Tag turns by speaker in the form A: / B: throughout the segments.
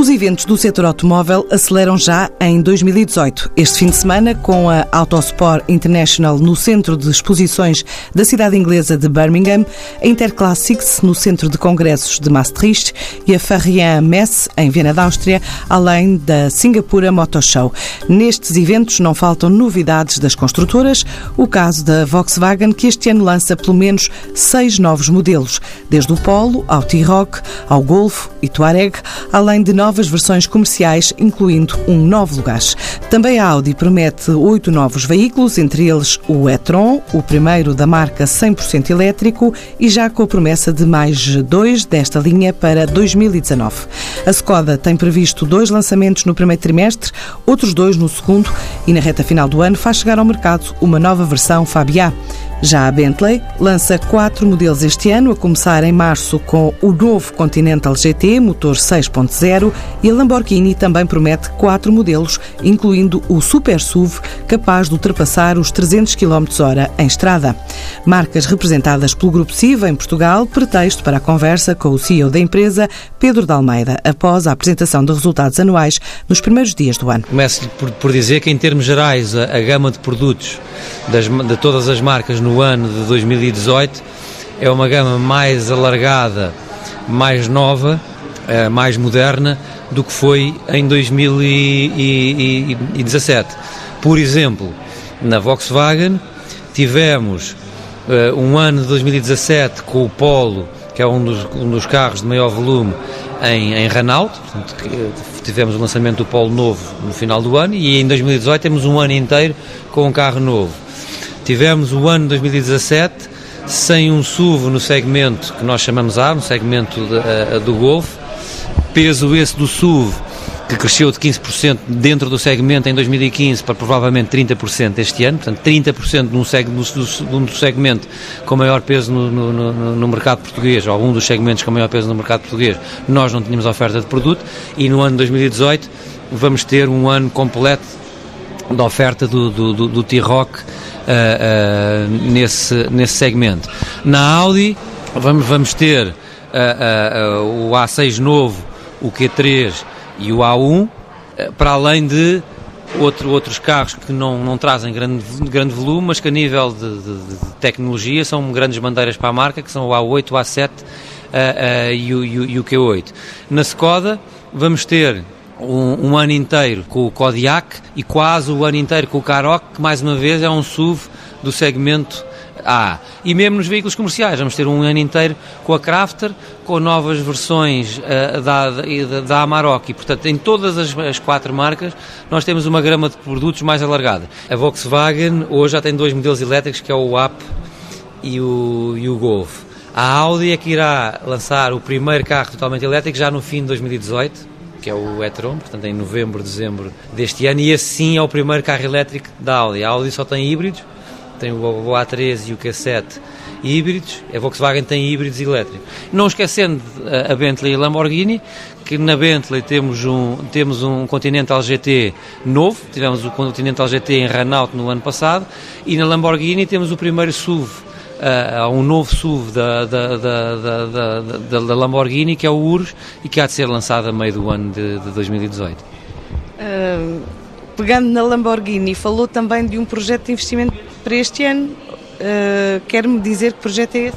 A: Os eventos do setor automóvel aceleram já em 2018. Este fim de semana, com a Autosport International no centro de exposições da cidade inglesa de Birmingham, a Interclassics no centro de congressos de Maastricht e a Fahrrien Messe em Viena da Áustria, além da Singapura Motor Show. Nestes eventos não faltam novidades das construtoras, o caso da Volkswagen, que este ano lança pelo menos 6 novos modelos, desde o Polo ao T-Roc, ao Golf e Touareg, além de novas versões comerciais, incluindo um novo lugar. Também a Audi promete 8 novos veículos, entre eles o e-tron, o primeiro da marca 100% elétrico, e já com a promessa de mais 2 desta linha para 2019. A Skoda tem previsto 2 lançamentos no primeiro trimestre, outros 2 no segundo, e na reta final do ano faz chegar ao mercado uma nova versão Fabia. Já a Bentley lança 4 modelos este ano, a começar em março com o novo Continental GT, motor 6.0, e a Lamborghini também promete 4 modelos, incluindo o Super SUV, capaz de ultrapassar os 300 km/h em estrada. Marcas representadas pelo Grupo SIVA em Portugal, pretexto para a conversa com o CEO da empresa, Pedro de Almeida, após a apresentação de resultados anuais nos primeiros dias do ano.
B: Começo por dizer que, em termos gerais, a gama de produtos de todas as marcas no ano de 2018 é uma gama mais alargada, mais nova, mais moderna do que foi em 2017. Por exemplo, na Volkswagen tivemos um ano de 2017 com o Polo, que é um dos carros de maior volume em Renault. Portanto, tivemos o lançamento do Polo novo no final do ano, e em 2018 temos um ano inteiro com um carro novo. Tivemos o ano de 2017 sem um SUV no segmento que nós chamamos A, no segmento do Golf, peso esse do SUV que cresceu de 15% dentro do segmento em 2015 para provavelmente 30% este ano, portanto 30% num segmento com maior peso no mercado português, ou um dos segmentos com maior peso no mercado português. Nós não tínhamos oferta de produto, e no ano de 2018 vamos ter um ano completo da oferta do T-Roc nesse segmento. Na Audi vamos ter o A6 novo, o Q3 e o A1, para além de outros carros que não trazem grande volume, mas que a nível de tecnologia são grandes bandeiras para a marca, que são o A8, o A7 e o Q8. Na Skoda vamos ter um ano inteiro com o Kodiaq e quase o ano inteiro com o Karoq, que mais uma vez é um SUV do segmento A. E mesmo nos veículos comerciais vamos ter um ano inteiro com a Crafter, com novas versões da Amarok, e portanto em todas as 4 marcas nós temos uma gama de produtos mais alargada. A Volkswagen hoje já tem 2 modelos elétricos, que é o Up e o Golf. A Audi é que irá lançar o primeiro carro totalmente elétrico já no fim de 2018, que é o e-tron, portanto em novembro, dezembro deste ano, e esse sim é o primeiro carro elétrico da Audi. A Audi só tem híbridos, tem o A3 e o Q7 híbridos, a Volkswagen tem híbridos elétricos. Não esquecendo a Bentley e a Lamborghini, que na Bentley temos um Continental GT novo, tivemos o Continental GT em Renault no ano passado, e na Lamborghini temos o primeiro SUV, um novo SUV da Lamborghini, que é o Urus, e que há de ser lançado a meio do ano de 2018.
A: Pegando na Lamborghini, falou também de um projeto de investimento para este ano. Quer-me dizer que projeto é esse?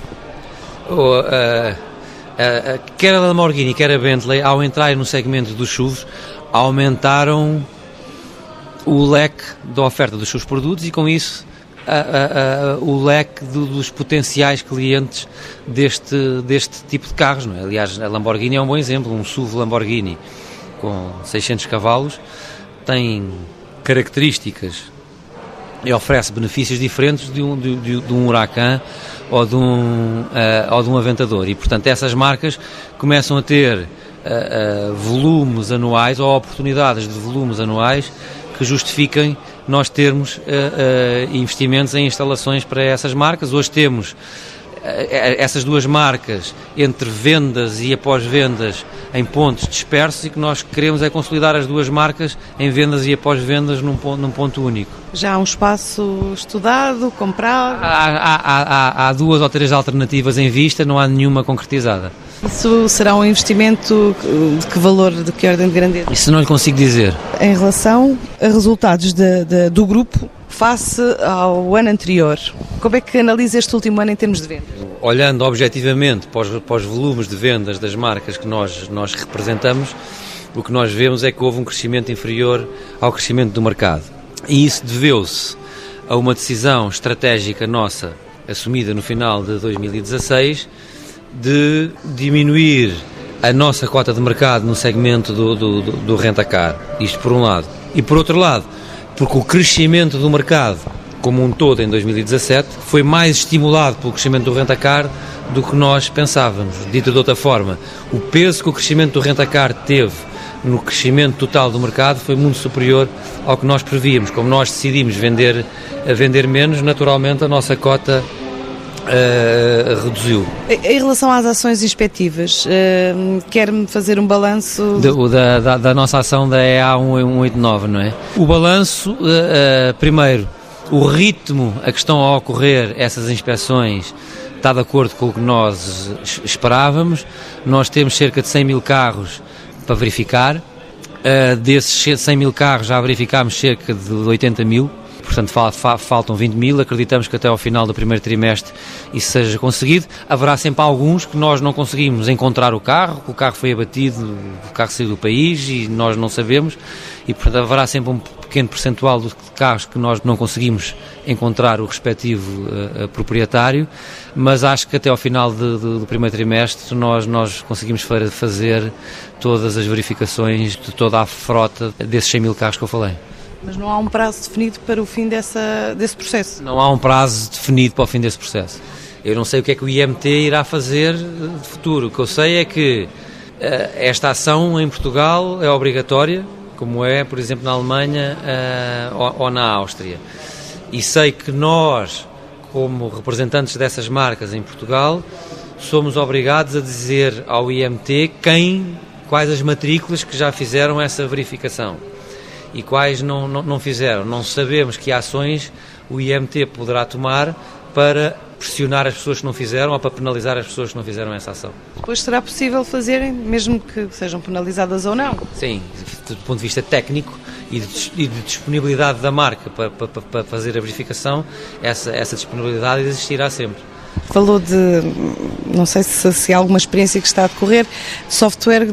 B: Quer a Lamborghini, quer a Bentley, ao entrar no segmento dos SUVs, aumentaram o leque da oferta dos seus produtos, e com isso o leque dos potenciais clientes deste tipo de carros, não é? Aliás, a Lamborghini é um bom exemplo. Um SUV Lamborghini com 600 cavalos tem características e oferece benefícios diferentes de um Huracan ou de um Aventador, e portanto essas marcas começam a ter volumes anuais, ou oportunidades de volumes anuais que justifiquem nós termos investimentos em instalações para essas marcas. Hoje temos essas duas marcas entre vendas e após-vendas em pontos dispersos, e que nós queremos é consolidar as duas marcas em vendas e após-vendas num ponto único.
A: Já há um espaço estudado, comprado?
B: Há 2 ou 3 alternativas em vista, não há nenhuma concretizada.
A: Isso será um investimento de que valor, de que ordem de grandeza?
B: Isso não lhe consigo dizer.
A: Em relação a resultados do grupo face ao ano anterior, como é que analisa este último ano em termos de vendas?
B: Olhando objetivamente para os volumes de vendas das marcas que nós representamos, o que nós vemos é que houve um crescimento inferior ao crescimento do mercado. E isso deveu-se a uma decisão estratégica nossa, assumida no final de 2016, de diminuir a nossa cota de mercado no segmento do rent-a-car. Isto por um lado. E por outro lado, porque o crescimento do mercado como um todo em 2017 foi mais estimulado pelo crescimento do rent-a-car do que nós pensávamos. Dito de outra forma, o peso que o crescimento do rent-a-car teve no crescimento total do mercado foi muito superior ao que nós prevíamos. Como nós decidimos vender menos, naturalmente a nossa cota reduziu.
A: Em relação às ações inspectivas, quer-me fazer um balanço
B: da nossa ação da EA 189, não é? O balanço, primeiro, o ritmo a que estão a ocorrer essas inspeções está de acordo com o que nós esperávamos. Nós temos cerca de 100 mil carros para verificar. Desses 100 mil carros já verificámos cerca de 80 mil. Portanto, faltam 20 mil, acreditamos que até ao final do primeiro trimestre isso seja conseguido. Haverá sempre alguns que nós não conseguimos encontrar o carro foi abatido, o carro saiu do país e nós não sabemos, e portanto haverá sempre um pequeno percentual de carros que nós não conseguimos encontrar o respectivo proprietário, mas acho que até ao final do primeiro trimestre nós conseguimos fazer todas as verificações de toda a frota desses 100 mil carros que eu falei.
A: Mas não há um prazo definido para o fim desse processo?
B: Não há um prazo definido para o fim desse processo. Eu não sei o que é que o IMT irá fazer de futuro. O que eu sei é que esta ação em Portugal é obrigatória, como é, por exemplo, na Alemanha ou na Áustria. E sei que nós, como representantes dessas marcas em Portugal, somos obrigados a dizer ao IMT quais as matrículas que já fizeram essa verificação e quais não fizeram. Não sabemos que ações o IMT poderá tomar para pressionar as pessoas que não fizeram ou para penalizar as pessoas que não fizeram essa ação.
A: Depois será possível fazerem, mesmo que sejam penalizadas ou não?
B: Sim, do ponto de vista técnico e de disponibilidade da marca para fazer a verificação, essa disponibilidade existirá sempre.
A: Falou de, não sei se há alguma experiência que está a decorrer, de software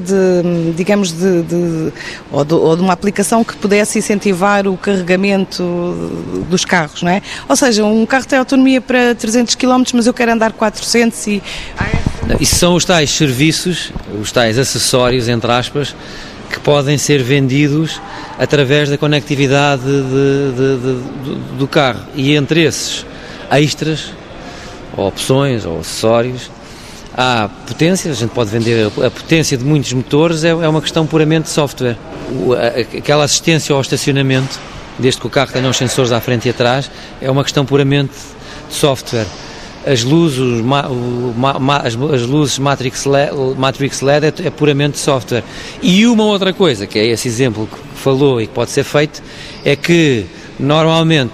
A: ou de uma aplicação que pudesse incentivar o carregamento dos carros, não é? Ou seja, um carro tem autonomia para 300 km, mas eu quero andar 400 e...
B: Isso são os tais serviços, os tais acessórios, entre aspas, que podem ser vendidos através da conectividade do carro. E entre esses extras, ou opções, ou acessórios, há potência. A gente pode vender a potência de muitos motores, é uma questão puramente de software. Aquela assistência ao estacionamento, desde que o carro tenha os sensores à frente e atrás, é uma questão puramente de software. As luzes Matrix LED é puramente software. E uma outra coisa, que é esse exemplo que falou e que pode ser feito, é que normalmente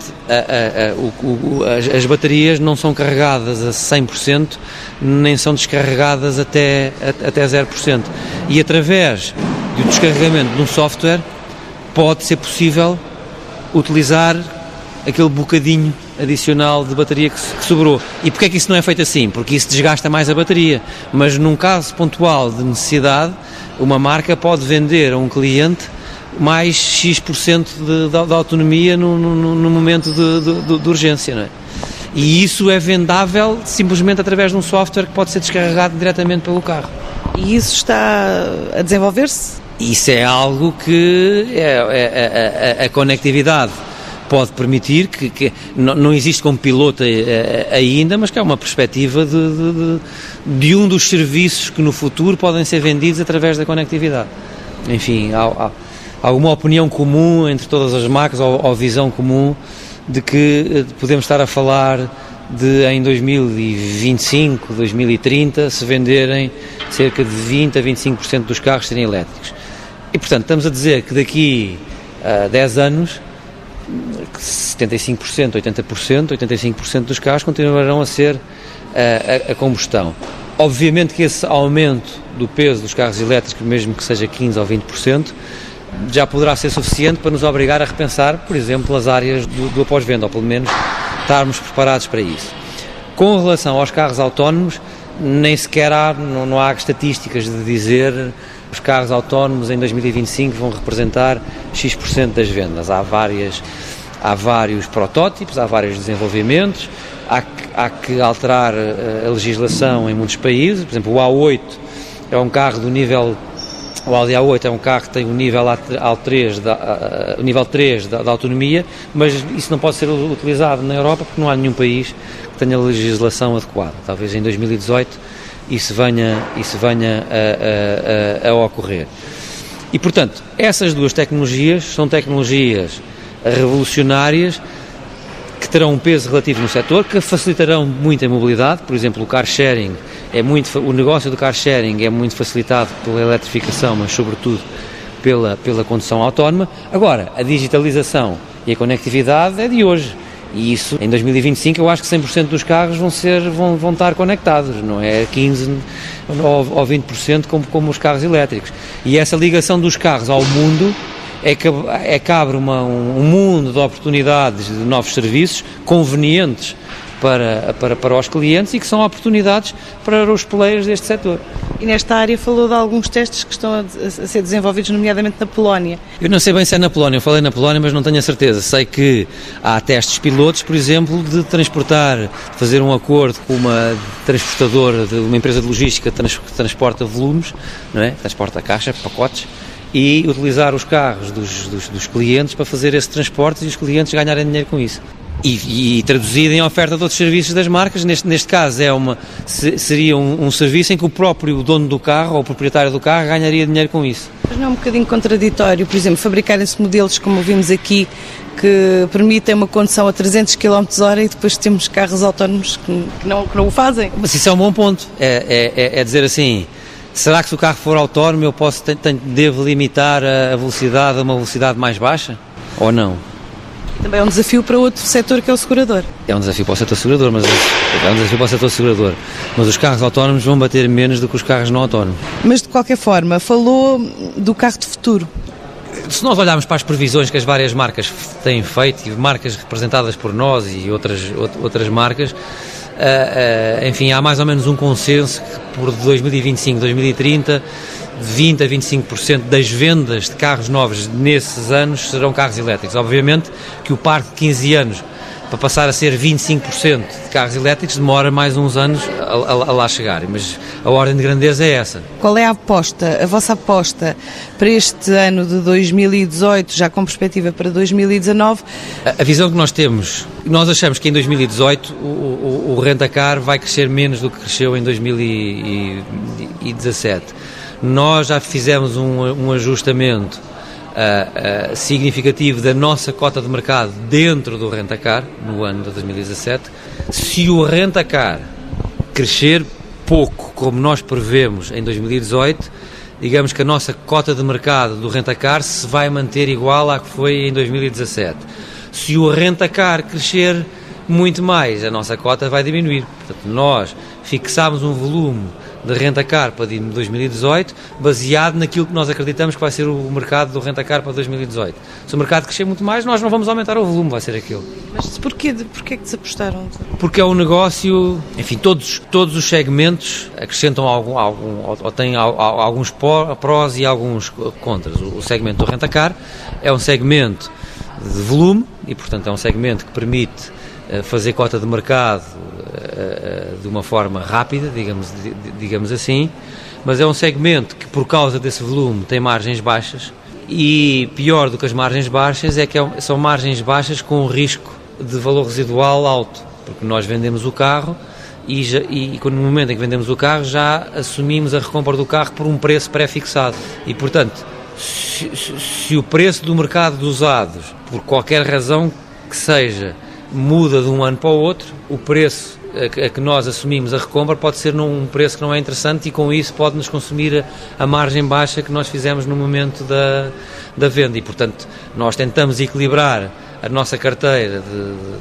B: as baterias não são carregadas a 100%, nem são descarregadas até 0%. E através do descarregamento de um software pode ser possível utilizar aquele bocadinho adicional de bateria que sobrou. E porquê é que isso não é feito assim? Porque isso desgasta mais a bateria. Mas num caso pontual de necessidade, uma marca pode vender a um cliente mais X% de autonomia no momento de urgência, não é? E isso é vendável simplesmente através de um software que pode ser descarregado diretamente pelo carro.
A: E isso está a desenvolver-se?
B: Isso é algo que a conectividade pode permitir, que não existe como piloto ainda, mas que é uma perspectiva de um dos serviços que no futuro podem ser vendidos através da conectividade. Enfim, há uma opinião comum entre todas as marcas, ou visão comum, de que podemos estar a falar de, em 2025, 2030, se venderem cerca de 20% a 25% dos carros serem elétricos. E, portanto, estamos a dizer que daqui a 10 anos, 75%, 80%, 85% dos carros continuarão a ser a combustão. Obviamente que esse aumento do peso dos carros elétricos, mesmo que seja 15% ou 20%, já poderá ser suficiente para nos obrigar a repensar, por exemplo, as áreas do pós-venda, ou pelo menos estarmos preparados para isso. Com relação aos carros autónomos, nem sequer não há estatísticas de dizer que os carros autónomos em 2025 vão representar X% das vendas. Há vários protótipos, há vários desenvolvimentos, há que alterar a legislação em muitos países. Por exemplo, o A8 é um carro do nível... O Audi A8 é um carro que tem o nível 3 da autonomia, mas isso não pode ser utilizado na Europa porque não há nenhum país que tenha legislação adequada. Talvez em 2018 isso venha a ocorrer. E, portanto, essas duas tecnologias são tecnologias revolucionárias que terão um peso relativo no setor, que facilitarão muito a mobilidade. Por exemplo, o car sharing o negócio do car sharing é muito facilitado pela eletrificação, mas sobretudo pela condução autónoma. Agora, a digitalização e a conectividade é de hoje. E isso, em 2025, eu acho que 100% dos carros vão estar conectados, não é 15% ou 20% como os carros elétricos. E essa ligação dos carros ao mundo é que abre um mundo de oportunidades, de novos serviços convenientes para os clientes e que são oportunidades para os players deste setor.
A: E nesta área falou de alguns testes que estão a ser desenvolvidos, nomeadamente na Polónia.
B: Eu não sei bem se é na Polónia, eu falei na Polónia, mas não tenho a certeza. Sei que há testes pilotos, por exemplo, de fazer um acordo com uma transportadora, uma empresa de logística que transporta volumes, não é? Transporta caixas, pacotes, e utilizar os carros dos clientes para fazer esse transporte e os clientes ganharem dinheiro com isso. E traduzido em oferta de outros serviços das marcas. Neste caso seria um serviço em que o próprio dono do carro ou o proprietário do carro ganharia dinheiro com isso.
A: Mas não é um bocadinho contraditório, por exemplo, fabricarem-se modelos como vimos aqui que permitem uma condução a 300 km/h e depois temos carros autónomos que não o fazem?
B: Mas isso é um bom ponto, é dizer assim, será que se o carro for autónomo eu devo limitar a velocidade a uma velocidade mais baixa ou não?
A: Também é um desafio para outro setor que é o segurador.
B: É um desafio para o setor segurador, mas os carros autónomos vão bater menos do que os carros não autónomos.
A: Mas de qualquer forma, falou do carro de futuro.
B: Se nós olharmos para as previsões que as várias marcas têm feito, e marcas representadas por nós e outras marcas, enfim, há mais ou menos um consenso que por 2025, 2030, 20% a 25% das vendas de carros novos nesses anos serão carros elétricos. Obviamente que o parque de 15 anos, para passar a ser 25% de carros elétricos, demora mais uns anos a lá chegar, mas a ordem de grandeza é essa.
A: Qual é a vossa aposta para este ano de 2018, já com perspectiva para 2019?
B: A visão que nós temos, nós achamos que em 2018 o rent-a-car vai crescer menos do que cresceu em 2017. Nós já fizemos um ajustamento significativo da nossa cota de mercado dentro do rent-a-car no ano de 2017. Se o rent-a-car crescer pouco, como nós prevemos em 2018, digamos que a nossa cota de mercado do rent-a-car se vai manter igual à que foi em 2017. Se o rent-a-car crescer muito mais, a nossa cota vai diminuir. Portanto, nós fixámos um volume de rent-a-car para 2018, baseado naquilo que nós acreditamos que vai ser o mercado do rent-a-car para 2018. Se o mercado crescer muito mais, nós não vamos aumentar o volume, vai ser aquilo.
A: Mas porquê que desapostaram?
B: Porque é um negócio, enfim, todos os segmentos acrescentam ou têm alguns prós e alguns contras. O segmento do rent-a-car é um segmento de volume e, portanto, é um segmento que permite fazer cota de mercado de uma forma rápida, digamos assim, mas é um segmento que, por causa desse volume, tem margens baixas e, pior do que as margens baixas, é que são margens baixas com risco de valor residual alto, porque nós vendemos o carro e no momento em que vendemos o carro já assumimos a recompra do carro por um preço pré-fixado e, portanto, se o preço do mercado de usados, por qualquer razão que seja, muda de um ano para o outro, o preço a que nós assumimos a recompra pode ser num preço que não é interessante e com isso pode-nos consumir a margem baixa que nós fizemos no momento da venda e, portanto, nós tentamos equilibrar a nossa carteira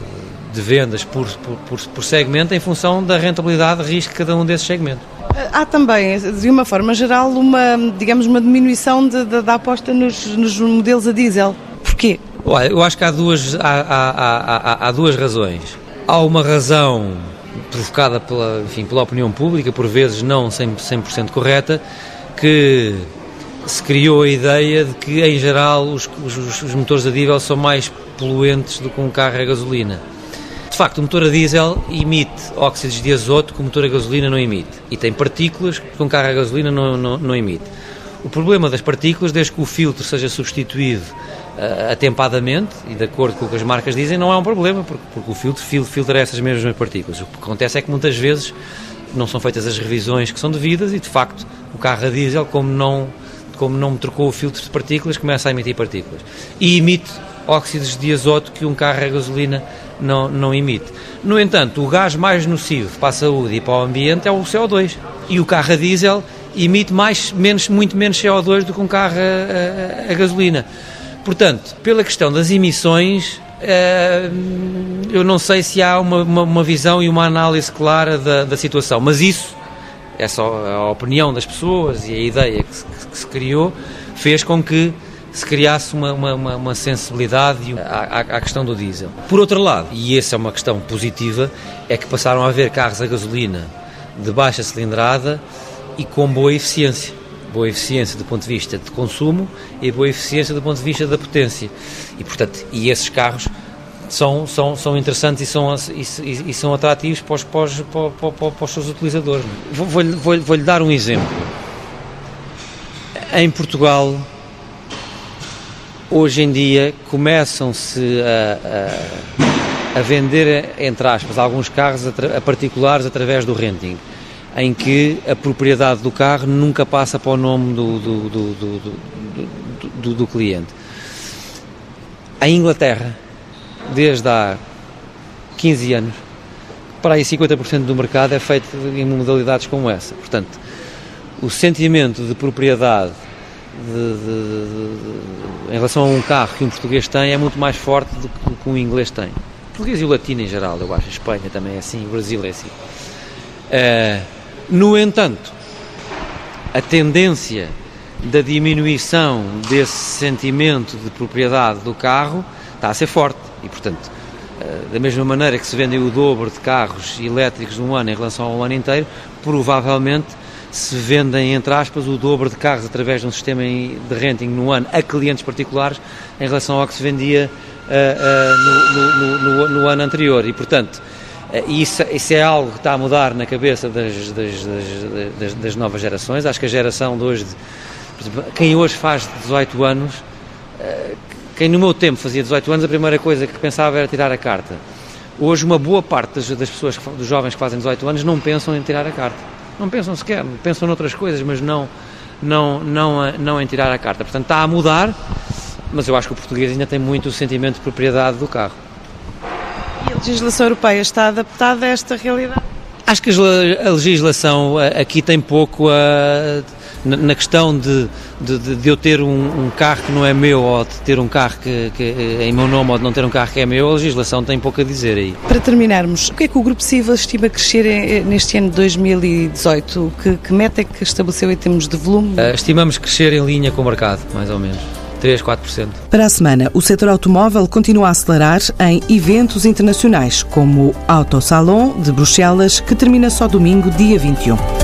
B: de vendas por segmento em função da rentabilidade de risco de cada um desses segmentos.
A: Há também, de uma forma geral, uma diminuição da aposta nos modelos a diesel. Porquê?
B: Olha, eu acho que há duas razões. Há uma razão provocada pela opinião pública, por vezes não 100% correta, que se criou a ideia de que, em geral, os motores a diesel são mais poluentes do que um carro a gasolina. De facto, o motor a diesel emite óxidos de azoto que o motor a gasolina não emite. E tem partículas que um carro a gasolina não emite. O problema das partículas, desde que o filtro seja substituído atempadamente, e de acordo com o que as marcas dizem, não é um problema, porque o filtro filtra essas mesmas partículas. O que acontece é que muitas vezes não são feitas as revisões que são devidas e, de facto, o carro a diesel, como não trocou o filtro de partículas, começa a emitir partículas. E emite óxidos de azoto que um carro a gasolina não emite. No entanto, o gás mais nocivo para a saúde e para o ambiente é o CO2. E o carro a diesel emite muito menos CO2 do que um carro a gasolina. Portanto, pela questão das emissões, eu não sei se há uma visão e uma análise clara da situação, mas isso, essa a opinião das pessoas e a ideia que se criou, fez com que se criasse uma sensibilidade à questão do diesel. Por outro lado, e essa é uma questão positiva, é que passaram a haver carros a gasolina de baixa cilindrada e com boa eficiência. Boa eficiência do ponto de vista de consumo e boa eficiência do ponto de vista da potência. E, portanto, esses carros são interessantes e são atrativos para os seus utilizadores. Vou-lhe dar um exemplo. Em Portugal, hoje em dia, começam-se a vender, entre aspas, alguns carros a particulares através do renting, em que a propriedade do carro nunca passa para o nome do cliente. Em Inglaterra, desde há 15 anos, para aí 50% do mercado é feito em modalidades como essa. Portanto, o sentimento de propriedade em relação a um carro que um português tem é muito mais forte do que um inglês tem. O português e o latino em geral, eu acho. A Espanha também é assim, o Brasil é assim. No entanto, a tendência da diminuição desse sentimento de propriedade do carro está a ser forte e, portanto, da mesma maneira que se vendem o dobro de carros elétricos num ano em relação ao ano inteiro, provavelmente se vendem, entre aspas, o dobro de carros através de um sistema de renting no ano a clientes particulares em relação ao que se vendia no ano anterior. E, portanto, isso é algo que está a mudar na cabeça das novas gerações. Acho que a geração de hoje, por exemplo, quem hoje faz 18 anos, quem no meu tempo fazia 18 anos, a primeira coisa que pensava era tirar a carta. Hoje uma boa parte das pessoas, dos jovens que fazem 18 anos, não pensam em tirar a carta. Não pensam sequer, pensam noutras coisas, mas não em tirar a carta. Portanto, está a mudar, mas eu acho que o português ainda tem muito o sentimento de propriedade do carro.
A: E a legislação europeia está adaptada a esta realidade?
B: Acho que a legislação aqui tem pouco na questão de eu ter um carro que não é meu, ou de ter um carro que é em meu nome, ou de não ter um carro que é meu. A legislação tem pouco a dizer aí.
A: Para terminarmos, o que é que o Grupo Siva estima crescer neste ano de 2018? Que meta é que estabeleceu em termos de volume?
B: Estimamos crescer em linha com o mercado, mais ou menos. 3-4%.
A: Para a semana, o setor automóvel continua a acelerar em eventos internacionais, como o Auto Salon de Bruxelas, que termina só domingo, dia 21.